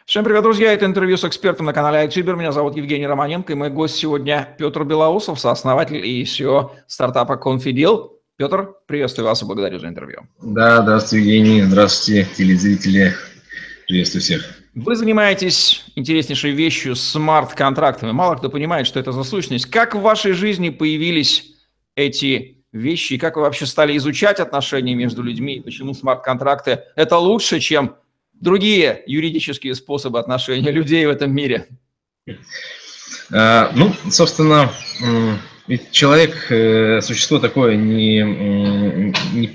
Всем привет, друзья! Это интервью с экспертом на канале iTuber. Меня зовут Евгений Романенко, и мой гость сегодня Петр Белоусов, сооснователь и CEO стартапа Confidel. Петр, приветствую вас и благодарю за интервью. Да, здравствуйте, Евгений, здравствуйте, телезрители, приветствую всех. Вы занимаетесь интереснейшей вещью смарт-контрактами. Мало кто понимает, что это за сущность. Как в вашей жизни появились эти вещи, и как вы вообще стали изучать отношения между людьми, и почему смарт-контракты – это лучше, чем другие юридические способы отношения людей в этом мире? Ну, собственно, ведь человек – существо такое не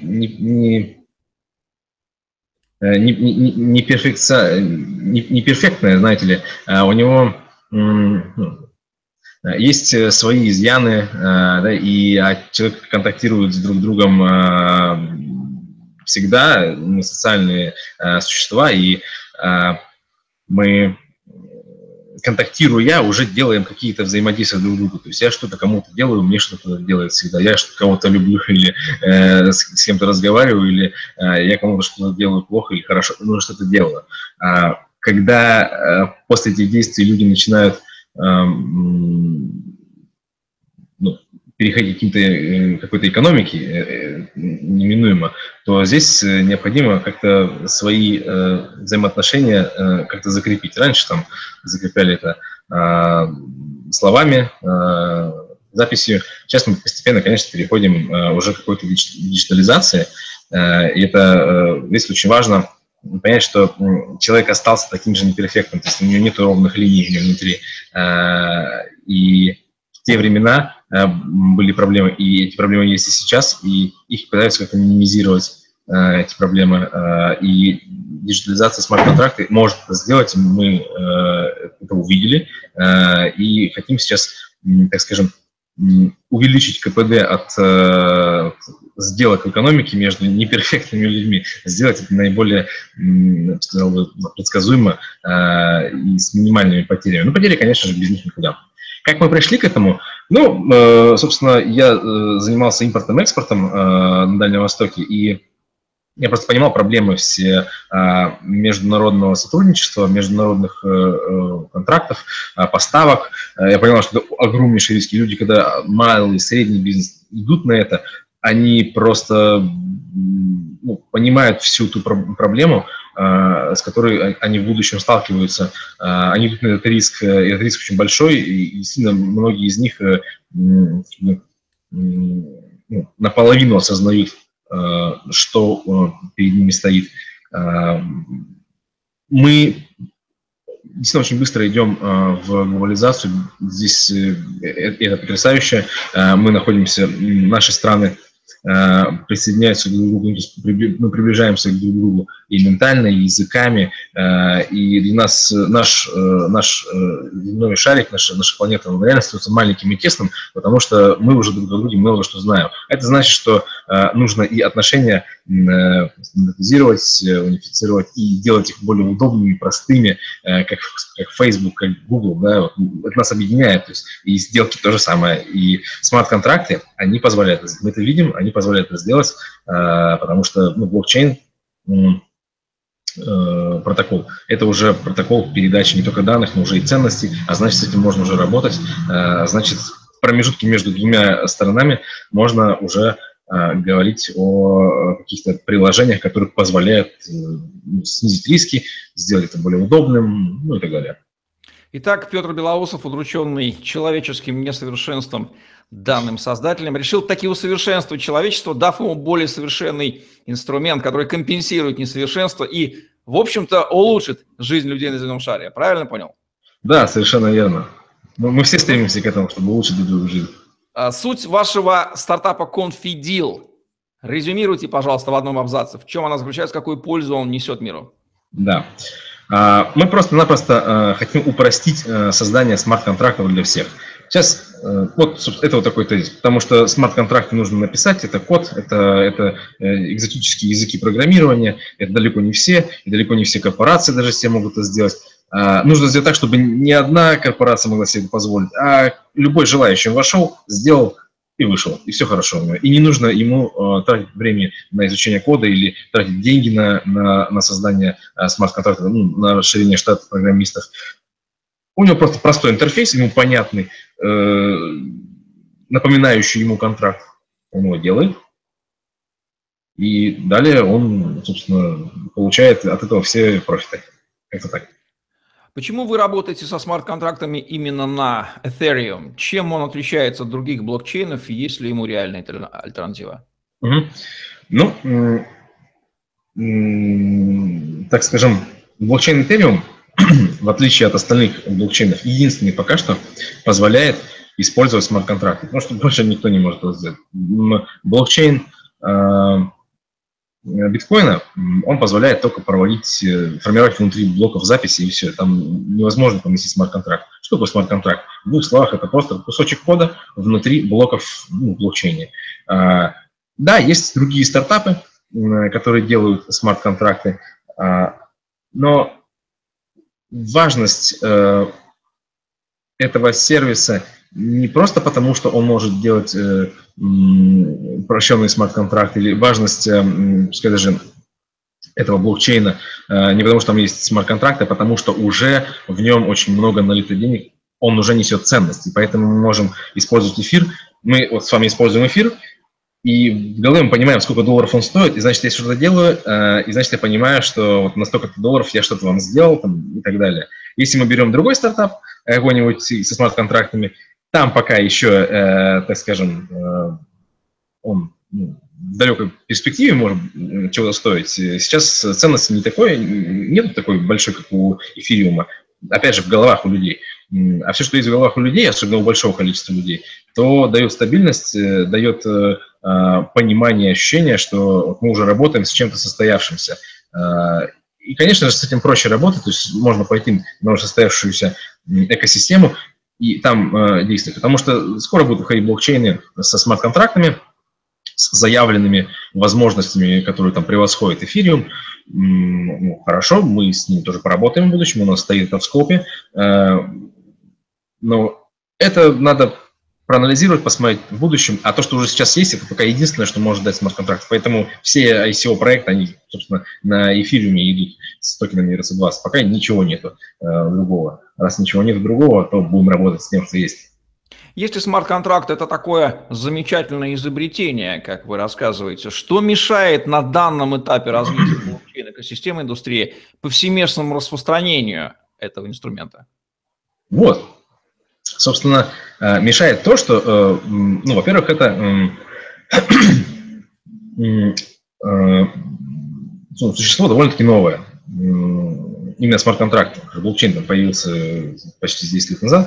перфектное, знаете ли. У него есть свои изъяны, да, и человек контактирует с друг другом всегда, мы социальные существа, и мы, контактируя, уже делаем какие-то взаимодействия друг к другу. То есть я что-то кому-то делаю, мне что-то делает всегда. Я кого-то люблю или с кем-то разговариваю, или я кому-то что-то делаю плохо или хорошо, но что-то делаю. Когда после этих действий люди начинают переходить к какой-то экономике неминуемо, то здесь необходимо как-то свои взаимоотношения как-то закрепить. Раньше там закрепляли это словами, записью. Сейчас мы постепенно, конечно, переходим уже к какой-то диджитализации. И это здесь очень важно понять, что человек остался таким же неперфектным, то есть у него нет ровных линий внутри. И в те времена были проблемы, и эти проблемы есть и сейчас, и их пытаются как-то минимизировать, эти проблемы. И диджитализация смарт-контракта может это сделать, мы это увидели, и хотим сейчас, так скажем, увеличить КПД от сделок в экономике между неперфектными людьми, сделать это наиболее, сказал бы, предсказуемо и с минимальными потерями. Ну, потери, конечно же, без них никуда. Как мы пришли к этому? Ну, собственно, я занимался импортом-экспортом на Дальнем Востоке, и я просто понимал проблемы все международного сотрудничества, международных контрактов, поставок. Я понимал, что это огромнейшие риски. Люди, когда малый и средний бизнес идут на это, они просто понимают всю ту проблему, с которой они в будущем сталкиваются. Они идут на этот риск, и этот риск очень большой, и действительно многие из них наполовину осознают, что перед ними стоит. Мы действительно очень быстро идем в глобализацию. Здесь это потрясающе. Мы находимся, наши страны присоединяются друг к другу, мы приближаемся друг к другу и ментально, и языками, и для нас наш земной шарик, наша планета реально становится маленьким и тесным, потому что мы уже друг о друге много что знаем. Это значит, что нужно и отношения стандартизировать, унифицировать и делать их более удобными, простыми, как Facebook, как Google, да, вот, это нас объединяет, то есть и сделки то же самое, и смарт-контракты, они позволяют, мы это видим, они позволяют это сделать, потому что блокчейн, протокол, это уже протокол передачи не только данных, но уже и ценностей, а значит, с этим можно уже работать, значит, в промежутке между двумя сторонами можно уже говорить о каких-то приложениях, которые позволяют снизить риски, сделать это более удобным, ну и так далее. Итак, Петр Белоусов, удрученный человеческим несовершенством, данным создателем, решил таки усовершенствовать человечество, дав ему более совершенный инструмент, который компенсирует несовершенство и, в общем-то, улучшит жизнь людей на земном шаре. Правильно понял? Да, совершенно верно. Мы все стремимся к этому, чтобы улучшить друг другу жизнь. Суть вашего стартапа Confidel. Резюмируйте, пожалуйста, в одном абзаце. В чем она заключается, какую пользу он несет миру? Да. Мы просто-напросто хотим упростить создание смарт-контрактов для всех. Сейчас вот это вот такой тезис, потому что смарт-контракты нужно написать, это код, это экзотические языки программирования, это далеко не все, и далеко не все корпорации даже все могут это сделать. Нужно сделать так, чтобы не одна корпорация могла себе это позволить, а любой желающий вошел, сделал, и вышел, и все хорошо у него. И не нужно ему тратить время на изучение кода или тратить деньги на создание смарт-контракта, ну, на расширение штата программистов. У него просто простой интерфейс, ему понятный, напоминающий ему контракт. Он его делает. И далее он, собственно, получает от этого все профиты. Как-то так. Почему вы работаете со смарт-контрактами именно на Ethereum? Чем он отличается от других блокчейнов, и есть ли ему реальная альтернатива? Угу. Ну, так скажем, блокчейн Ethereum, в отличие от остальных блокчейнов, единственный пока что позволяет использовать смарт-контракты, потому что больше никто не может это сделать. Блокчейн биткоина, он позволяет только формировать внутри блоков записи, и все. Там невозможно поместить смарт-контракт. Что такое смарт-контракт? В двух словах, это просто кусочек кода внутри блоков блокчейна. Да, есть другие стартапы, которые делают смарт-контракты, но важность этого сервиса не просто потому, что он может делать упрощенный смарт-контракт, или важность, пускай даже этого блокчейна не потому, что там есть смарт-контракт, а потому что уже в нем очень много налито денег, он уже несет ценность, и поэтому мы можем использовать эфир. Мы вот с вами используем эфир, и в голове мы понимаем, сколько долларов он стоит, и значит, я что-то делаю, и значит, я понимаю, что вот на столько долларов я что-то вам сделал там, и так далее. Если мы берем другой стартап, какой-нибудь со смарт-контрактами, там пока еще, так скажем, он в далекой перспективе может чего-то стоить. Сейчас ценности нет такой большой, как у эфириума. Опять же, в головах у людей. А все, что есть в головах у людей, особенно у большого количества людей, то дает стабильность, дает понимание, ощущение, что мы уже работаем с чем-то состоявшимся. И, конечно же, с этим проще работать, то есть можно пойти на уже состоявшуюся экосистему и там действовать. Потому что скоро будут выходить блокчейны со смарт-контрактами, с заявленными возможностями, которые там превосходят эфириум. Ну, хорошо, мы с ним тоже поработаем в будущем, у нас стоит это в скопе. Но это надо проанализировать, посмотреть в будущем. А то, что уже сейчас есть, это пока единственное, что может дать смарт-контракт. Поэтому все ICO-проекты, они, собственно, на эфириуме идут с токенами ERC-20. Пока ничего нету другого. Раз ничего нет другого, то будем работать с тем, что есть. Если смарт-контракт – это такое замечательное изобретение, как вы рассказываете, что мешает на данном этапе развития блокчейн-экосистемы индустрии повсеместному распространению этого инструмента? Вот. Собственно, мешает то, что, ну, во-первых, это существо довольно-таки новое. Именно смарт-контракт. Блокчейн там появился почти 10 лет назад.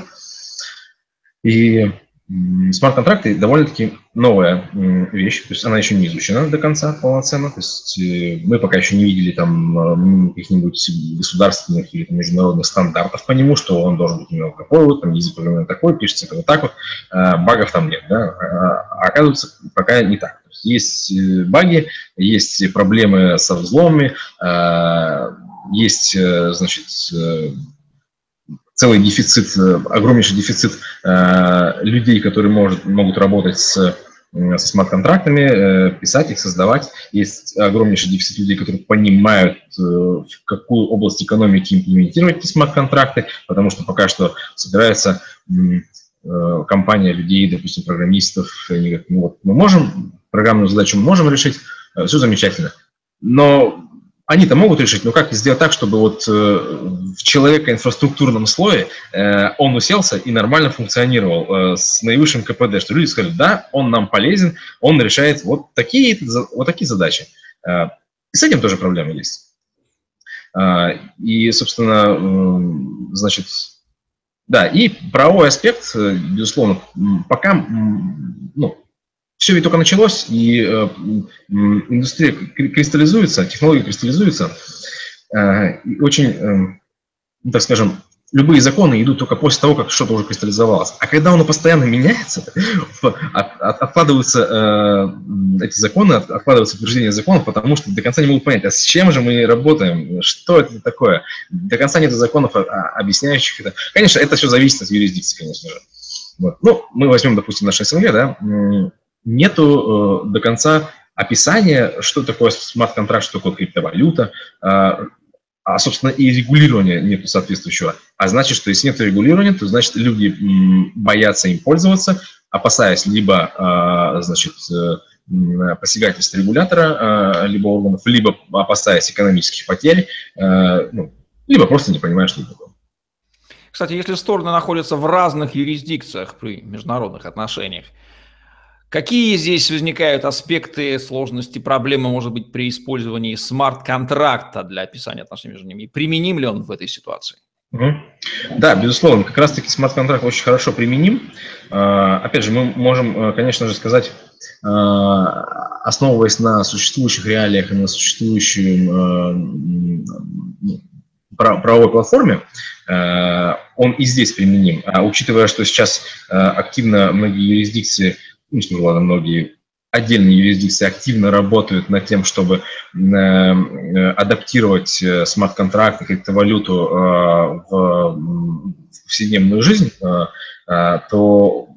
И смарт-контракты довольно-таки новая вещь, то есть она еще не изучена до конца полноценно, то есть мы пока еще не видели там каких-нибудь государственных или международных стандартов по нему, что он должен быть немного такой, там язык программирования такой, пишется это вот так вот, багов там нет, да, а оказывается пока не так. То есть баги, есть проблемы со взломами, есть, значит, целый дефицит, огромнейший дефицит людей, которые могут работать со смарт-контрактами, писать их, создавать. Есть огромнейший дефицит людей, которые понимают, в какую область экономики имплементировать эти смарт-контракты, потому что пока что собирается компания людей, допустим, программистов, они говорят, ну вот мы можем, программную задачу мы можем решить, все замечательно, но они-то могут решить, но как сделать так, чтобы вот в человеко-инфраструктурном слое он уселся и нормально функционировал с наивысшим КПД, что люди сказали, да, он нам полезен, он решает вот такие задачи. И с этим тоже проблемы есть. И, собственно, значит, да, и правовой аспект, безусловно, пока, ну, все ведь только началось, и индустрия кристаллизуется, технологии кристаллизуются. И очень, так скажем, любые законы идут только после того, как что-то уже кристаллизовалось. А когда оно постоянно меняется, откладываются эти законы, откладываются утверждения законов, потому что до конца не могут понять, а с чем же мы работаем, что это такое. До конца нет законов, объясняющих это. Конечно, это все зависит от юрисдикции, конечно же. Вот. Ну, мы возьмем, допустим, наш СНГ, да, нету до конца описания, что такое смарт-контракт, что такое криптовалюта, собственно, и регулирования нет соответствующего. А значит, что если нет регулирования, то, значит, люди боятся им пользоваться, опасаясь либо, значит, посягательств регулятора, либо органов, либо опасаясь экономических потерь, ну, либо просто не понимая, что это такое. Кстати, если стороны находятся в разных юрисдикциях при международных отношениях, какие здесь возникают аспекты, сложности, проблемы, может быть, при использовании смарт-контракта для описания отношений между ними? Применим ли он в этой ситуации? Да, безусловно, как раз-таки смарт-контракт очень хорошо применим. Опять же, мы можем, конечно же, сказать, основываясь на существующих реалиях и на существующей правовой платформе, он и здесь применим. А учитывая, что сейчас активно многие юрисдикции, многие отдельные юрисдикции активно работают над тем, чтобы адаптировать смарт-контракты, криптовалюту в повседневную жизнь, то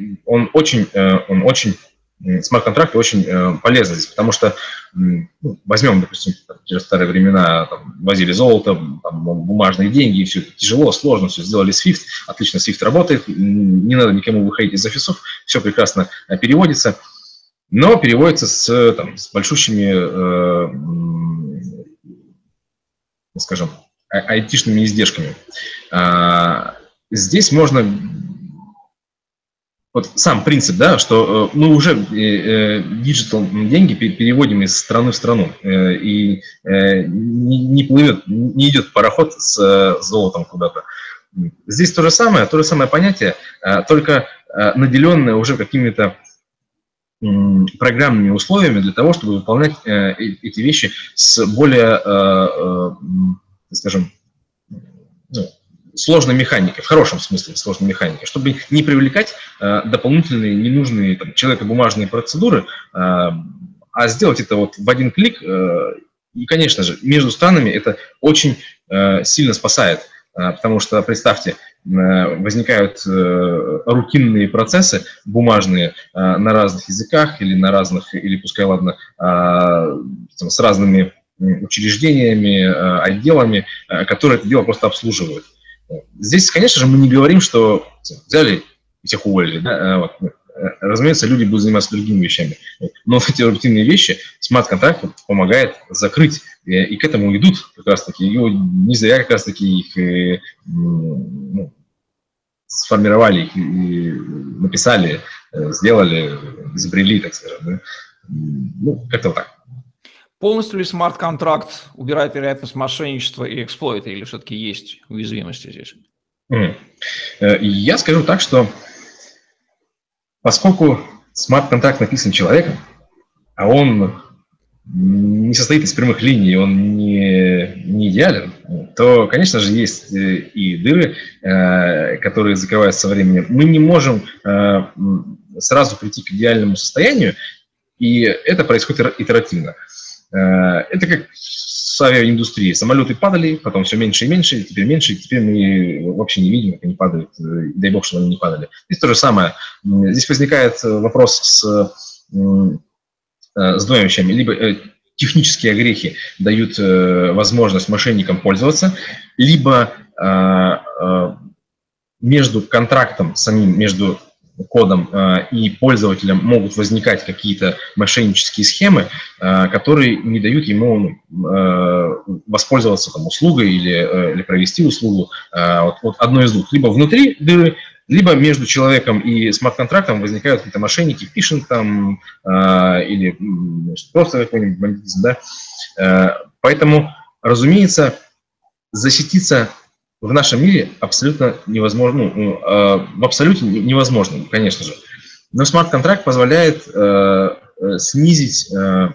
смарт-контракты очень полезны здесь, потому что, возьмем, допустим, в старые времена возили золото, бумажные деньги, и все это тяжело, сложно, все сделали SWIFT, отлично SWIFT работает, не надо никому выходить из офисов, все прекрасно переводится, но переводится с большущими, скажем, айтишными издержками. Здесь можно... Вот сам принцип, да, что мы уже диджитал деньги переводим из страны в страну, и не плывет, не идет пароход с золотом куда-то. Здесь то же самое понятие, только наделенное уже какими-то программными условиями для того, чтобы выполнять эти вещи с более, скажем, сложной механикой, в хорошем смысле сложной механикой, чтобы не привлекать дополнительные ненужные человекобумажные процедуры, а сделать это вот в один клик. И, конечно же, между странами это очень сильно спасает, потому что, представьте, возникают рутинные процессы бумажные на разных языках или на разных, или пускай ладно, с разными учреждениями, отделами, которые это дело просто обслуживают. Здесь, конечно же, мы не говорим, что взяли и всех уволили. Да? Вот. Разумеется, люди будут заниматься другими вещами. Но эти рутинные вещи смарт-контракт помогает закрыть. И к этому идут как раз-таки. И не зря как раз-таки их сформировали, их и написали, сделали, изобрели, так скажем. Да? Ну, как-то вот так. Полностью ли смарт-контракт убирает вероятность мошенничества и эксплойта, или все-таки есть уязвимости здесь? Я скажу так, что поскольку смарт-контракт написан человеком, а он не состоит из прямых линий, он не идеален, то, конечно же, есть и дыры, которые закрываются со временем. Мы не можем сразу прийти к идеальному состоянию, и это происходит итеративно. Это как с авиаиндустрией. Самолеты падали, потом все меньше и меньше, теперь меньше, и теперь мы вообще не видим, как они падают. Дай бог, чтобы они не падали. Здесь то же самое. Здесь возникает вопрос с двумя вещами. Либо технические огрехи дают возможность мошенникам пользоваться, либо между контрактом самим, между кодом и пользователям могут возникать какие-то мошеннические схемы, которые не дают ему воспользоваться услугой или провести услугу. Вот одно из двух. Либо внутри дыры, либо между человеком и смарт-контрактом возникают какие-то мошенники, фишинг или просто какой-нибудь бандитизм. Да? Поэтому, разумеется, защититься в нашем мире абсолютно невозможно, в абсолюте невозможно, конечно же. Но смарт-контракт позволяет снизить, это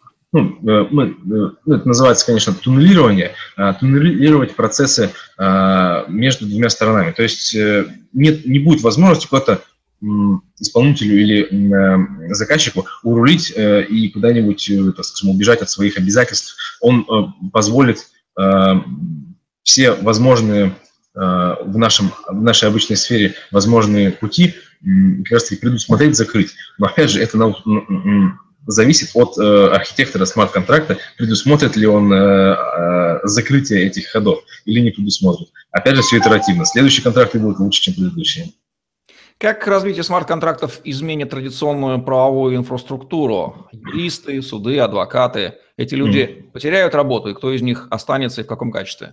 называется, конечно, туннелировать процессы между двумя сторонами. То есть не будет возможности куда-то исполнителю или заказчику урулить и куда-нибудь, так скажем, убежать от своих обязательств. Он позволит все возможные в нашей обычной сфере возможные пути как раз таки предусмотреть, закрыть. Но опять же, это зависит от архитектора смарт-контракта, предусмотрит ли он закрытие этих ходов или не предусмотрит. Опять же, все итеративно. Следующие контракты будут лучше, чем предыдущие. Как развитие смарт-контрактов изменит традиционную правовую инфраструктуру? Юристы, суды, адвокаты. Эти люди потеряют работу, и кто из них останется и в каком качестве?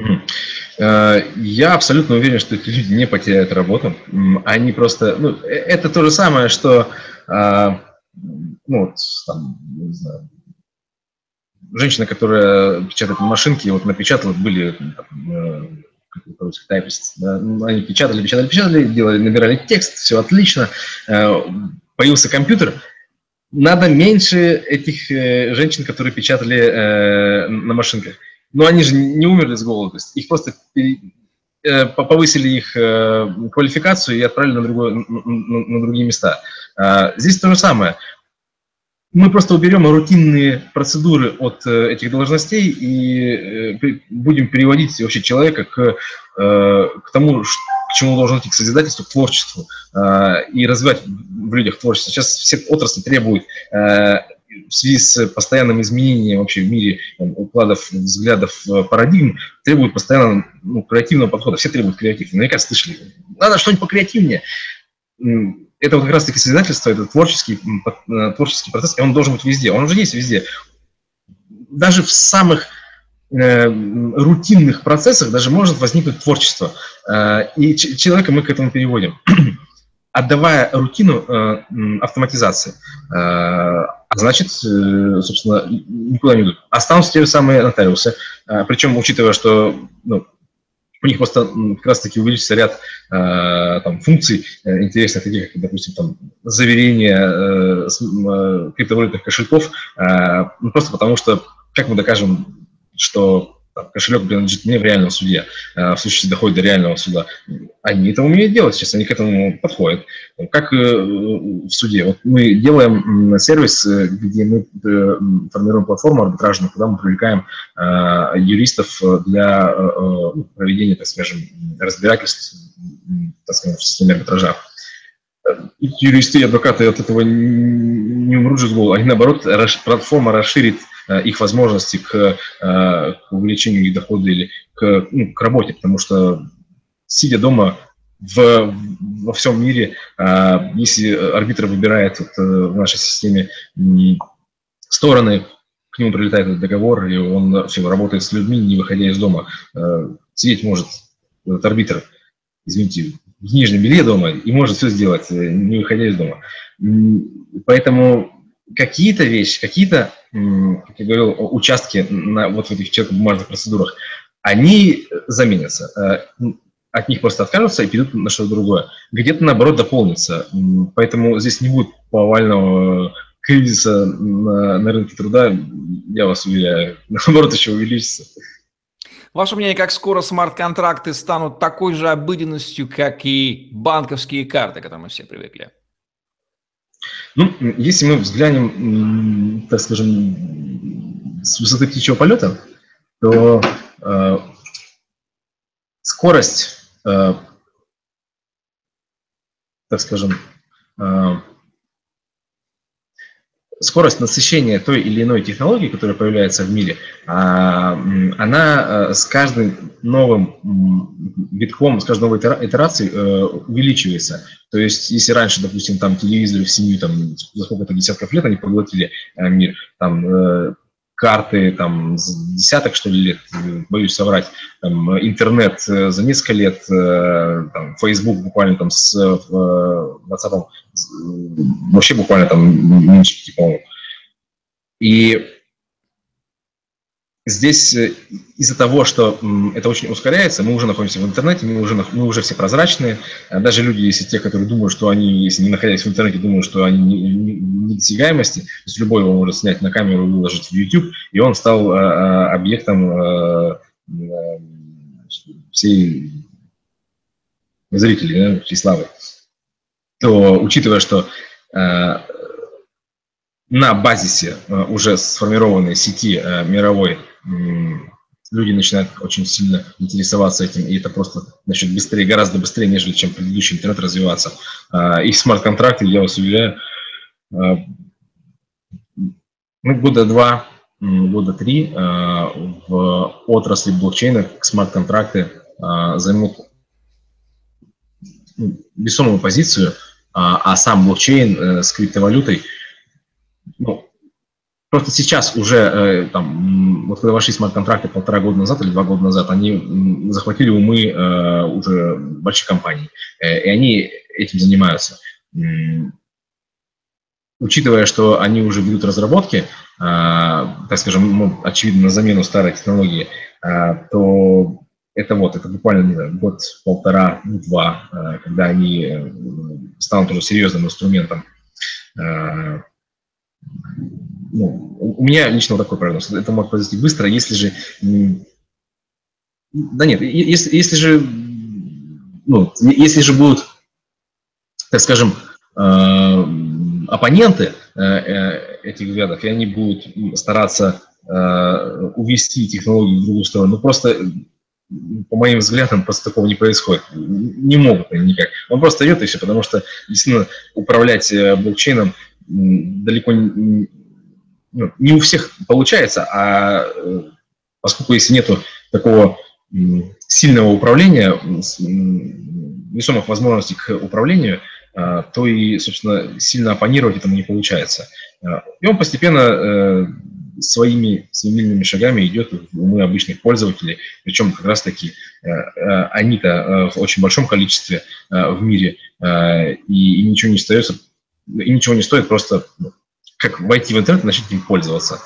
Я абсолютно уверен, что эти люди не потеряют работу. Они просто... это то же самое, что... не знаю, женщина, которая печатает на машинке, вот напечатала, были тайписты, да, они печатали, набирали текст, все отлично, появился компьютер. Надо меньше этих женщин, которые печатали на машинках. Но они же не умерли с голоду, их просто повысили их квалификацию и отправили на другие места. Здесь то же самое. Мы просто уберем рутинные процедуры от этих должностей и будем переводить вообще человека к тому, к чему должен идти, к созидательству, к творчеству и развивать в людях творчество. Сейчас все отрасли требуют в связи с постоянным изменением вообще в мире укладов, взглядов, парадигм, требуют постоянно креативного подхода. Все требуют креатива. Наверняка слышали. Надо что-нибудь покреативнее. Это вот как раз-таки созидательство, это творческий процесс, и он должен быть везде. Он уже есть везде. Даже в самых рутинных процессах даже может возникнуть творчество. И человека мы к этому переводим. Отдавая рутину автоматизации, значит, собственно, никуда не идут. Останутся те же самые нотариусы. Причем, учитывая, что у них просто как раз-таки увеличится ряд функций интересных, таких как, допустим, заверение криптовалютных кошельков, просто потому что, как мы докажем, что кошелек принадлежит мне в реальном суде, в случае, если доходит до реального суда. Они это умеют делать сейчас, они к этому подходят. Как в суде. Вот мы делаем сервис, где мы формируем платформу арбитражную, куда мы привлекаем юристов для проведения, так скажем, разбирательств, так скажем, в системе арбитража. Юристы и адвокаты от этого не умрут же с голоду. Они, наоборот, платформа расширит их возможности к увеличению их дохода или к работе, потому что, сидя дома во всем мире, если арбитр выбирает в нашей системе стороны, к нему прилетает этот договор, и он все работает с людьми, не выходя из дома. Сидеть может этот арбитр, извините, в нижнем белье дома и может все сделать, не выходя из дома. Поэтому какие-то вещи, какие-то, как я говорил, участки вот в этих бумажных процедурах, они заменятся. От них просто откажутся и перейдут на что-то другое. Где-то, наоборот, дополнится. Поэтому здесь не будет повального кризиса на рынке труда, я вас уверяю. Наоборот, еще увеличится. Ваше мнение, как скоро смарт-контракты станут такой же обыденностью, как и банковские карты, к которым мы все привыкли? Если мы взглянем, так скажем, с высоты птичьего полета, то скорость, так скажем, скорость насыщения той или иной технологии, которая появляется в мире, она с каждым новым битком, с каждой новой итерацией увеличивается. То есть, если раньше, допустим, телевизоры в семью, за сколько-то десятков лет они поглотили мир, карты с десяток, что ли, лет, боюсь соврать, интернет за несколько лет, Facebook буквально с WhatsApp, вообще буквально меньше 5, по-моему. И здесь из-за того, что это очень ускоряется, мы уже находимся в интернете, мы уже все прозрачные. Даже люди, если те, которые думают, что они, если не находясь в интернете, думают, что они недосягаемости, то есть любой его может снять на камеру и выложить в YouTube, и он стал объектом всей зрителей, всей славы. То, учитывая, что на базисе уже сформированной сети мировой люди начинают очень сильно интересоваться этим, и это просто начнет быстрее, гораздо быстрее, нежели чем предыдущий интернет развиваться. И смарт-контракты, я вас уверяю, года 2, года 3 в отрасли блокчейна смарт-контракты займут весомую позицию, а сам блокчейн с криптовалютой, просто сейчас уже, вот когда вошли смарт-контракты 1,5 года назад или 2 года назад, они захватили умы уже больших компаний, и они этим занимаются. Учитывая, что они уже ведут разработки, так скажем, очевидно, на замену старой технологии, то это буквально, не знаю, год, 1,5, 2, когда они станут уже серьезным инструментом. У меня лично такой прогноз. Это может произойти быстро, если же... Да нет, если же будут, так скажем, оппоненты этих взглядов, и они будут стараться увести технологию в другую сторону, просто, по моим взглядам, просто такого не происходит. Не могут они никак. Он просто идет и все, потому что, действительно, управлять блокчейном далеко не у всех получается, а поскольку если нету такого сильного управления, весомых возможностей к управлению, то и, собственно, сильно оппонировать этому не получается. И он постепенно своими семимильными шагами идет в умы обычных пользователей, причем как раз-таки они-то в очень большом количестве в мире, и ничего не остается, и ничего не стоит просто как войти в интернет и начать им пользоваться.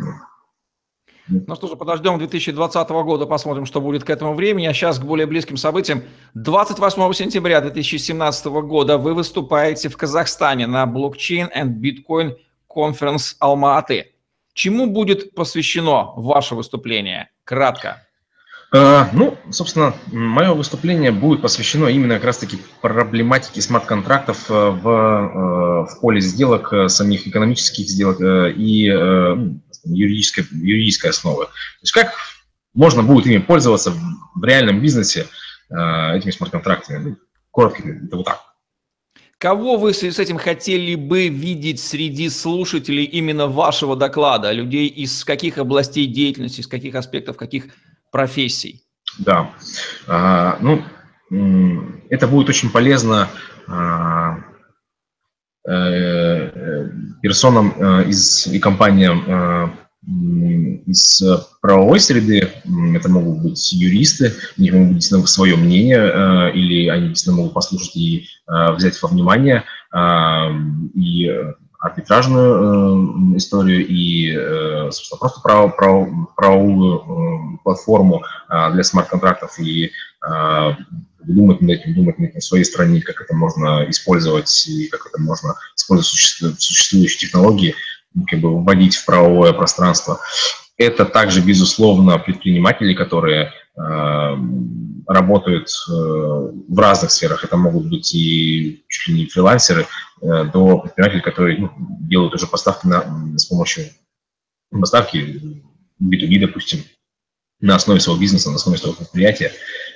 Ну что же, подождем 2020 года, посмотрим, что будет к этому времени. А сейчас к более близким событиям. 28 сентября 2017 года вы выступаете в Казахстане на Blockchain and Bitcoin Conference Алма-Аты. Чему будет посвящено ваше выступление? Кратко. Собственно, мое выступление будет посвящено именно как раз-таки проблематике смарт-контрактов в поле сделок, самих экономических сделок и юридической основы. То есть как можно будет ими пользоваться в реальном бизнесе, этими смарт-контрактами. Коротко, это вот так. Кого вы с этим хотели бы видеть среди слушателей именно вашего доклада? Людей из каких областей деятельности, из каких аспектов, каких профессий? Да, это будет очень полезно персонам и компаниям из правовой среды. Это могут быть юристы, у них могут быть свое мнение, или они действительно могут послушать и взять во внимание и арбитражную историю, и, собственно, просто правовую платформу для смарт-контрактов, и думать над этим в своей стране, как это можно использовать, и как это можно использовать существующие технологии, как бы вводить в правовое пространство. Это также, безусловно, предприниматели, которые работают в разных сферах. Это могут быть и чуть ли не фрилансеры, до предпринимателей, которые делают уже поставки с помощью поставки B2B, допустим, на основе своего бизнеса, на основе своего предприятия.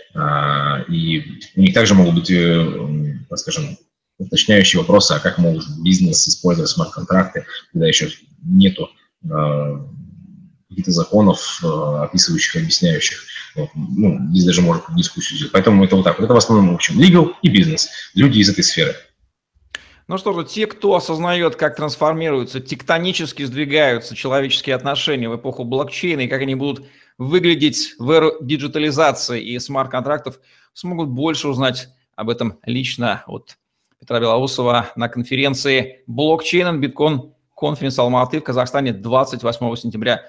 И у них также могут быть, так скажем, уточняющие вопросы, а как может бизнес использовать смарт-контракты, когда еще нету каких-то законов, описывающих, объясняющих. Здесь даже можно дискуссию сделать. Поэтому это вот так. Это в основном, в общем, legal и бизнес. Люди из этой сферы. Ну что же, те, кто осознает, как трансформируются, тектонически сдвигаются человеческие отношения в эпоху блокчейна и как они будут выглядеть в эру диджитализации и смарт-контрактов, смогут больше узнать об этом лично от Петра Белоусова на конференции Blockchain and Bitcoin Conference Алма-Аты в Казахстане 28 сентября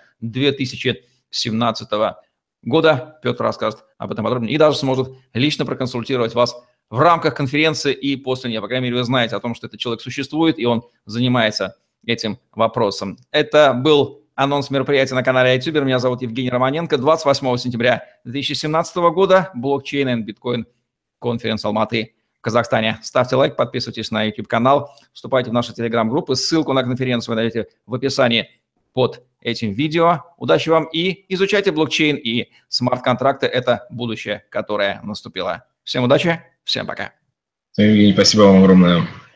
2017 года. Петр расскажет об этом подробнее и даже сможет лично проконсультировать вас в рамках конференции и после нее. По крайней мере, вы знаете о том, что этот человек существует, и он занимается этим вопросом. Это был анонс мероприятия на канале iTuber. Меня зовут Евгений Романенко. 28 сентября 2017 года Blockchain and Bitcoin Conference Алма-Аты в Казахстане. Ставьте лайк, подписывайтесь на YouTube-канал, вступайте в наши телеграм-группы. Ссылку на конференцию вы найдете в описании под этим видео. Удачи вам и изучайте блокчейн и смарт-контракты. Это будущее, которое наступило. Всем удачи, всем пока. Евгений, спасибо вам огромное.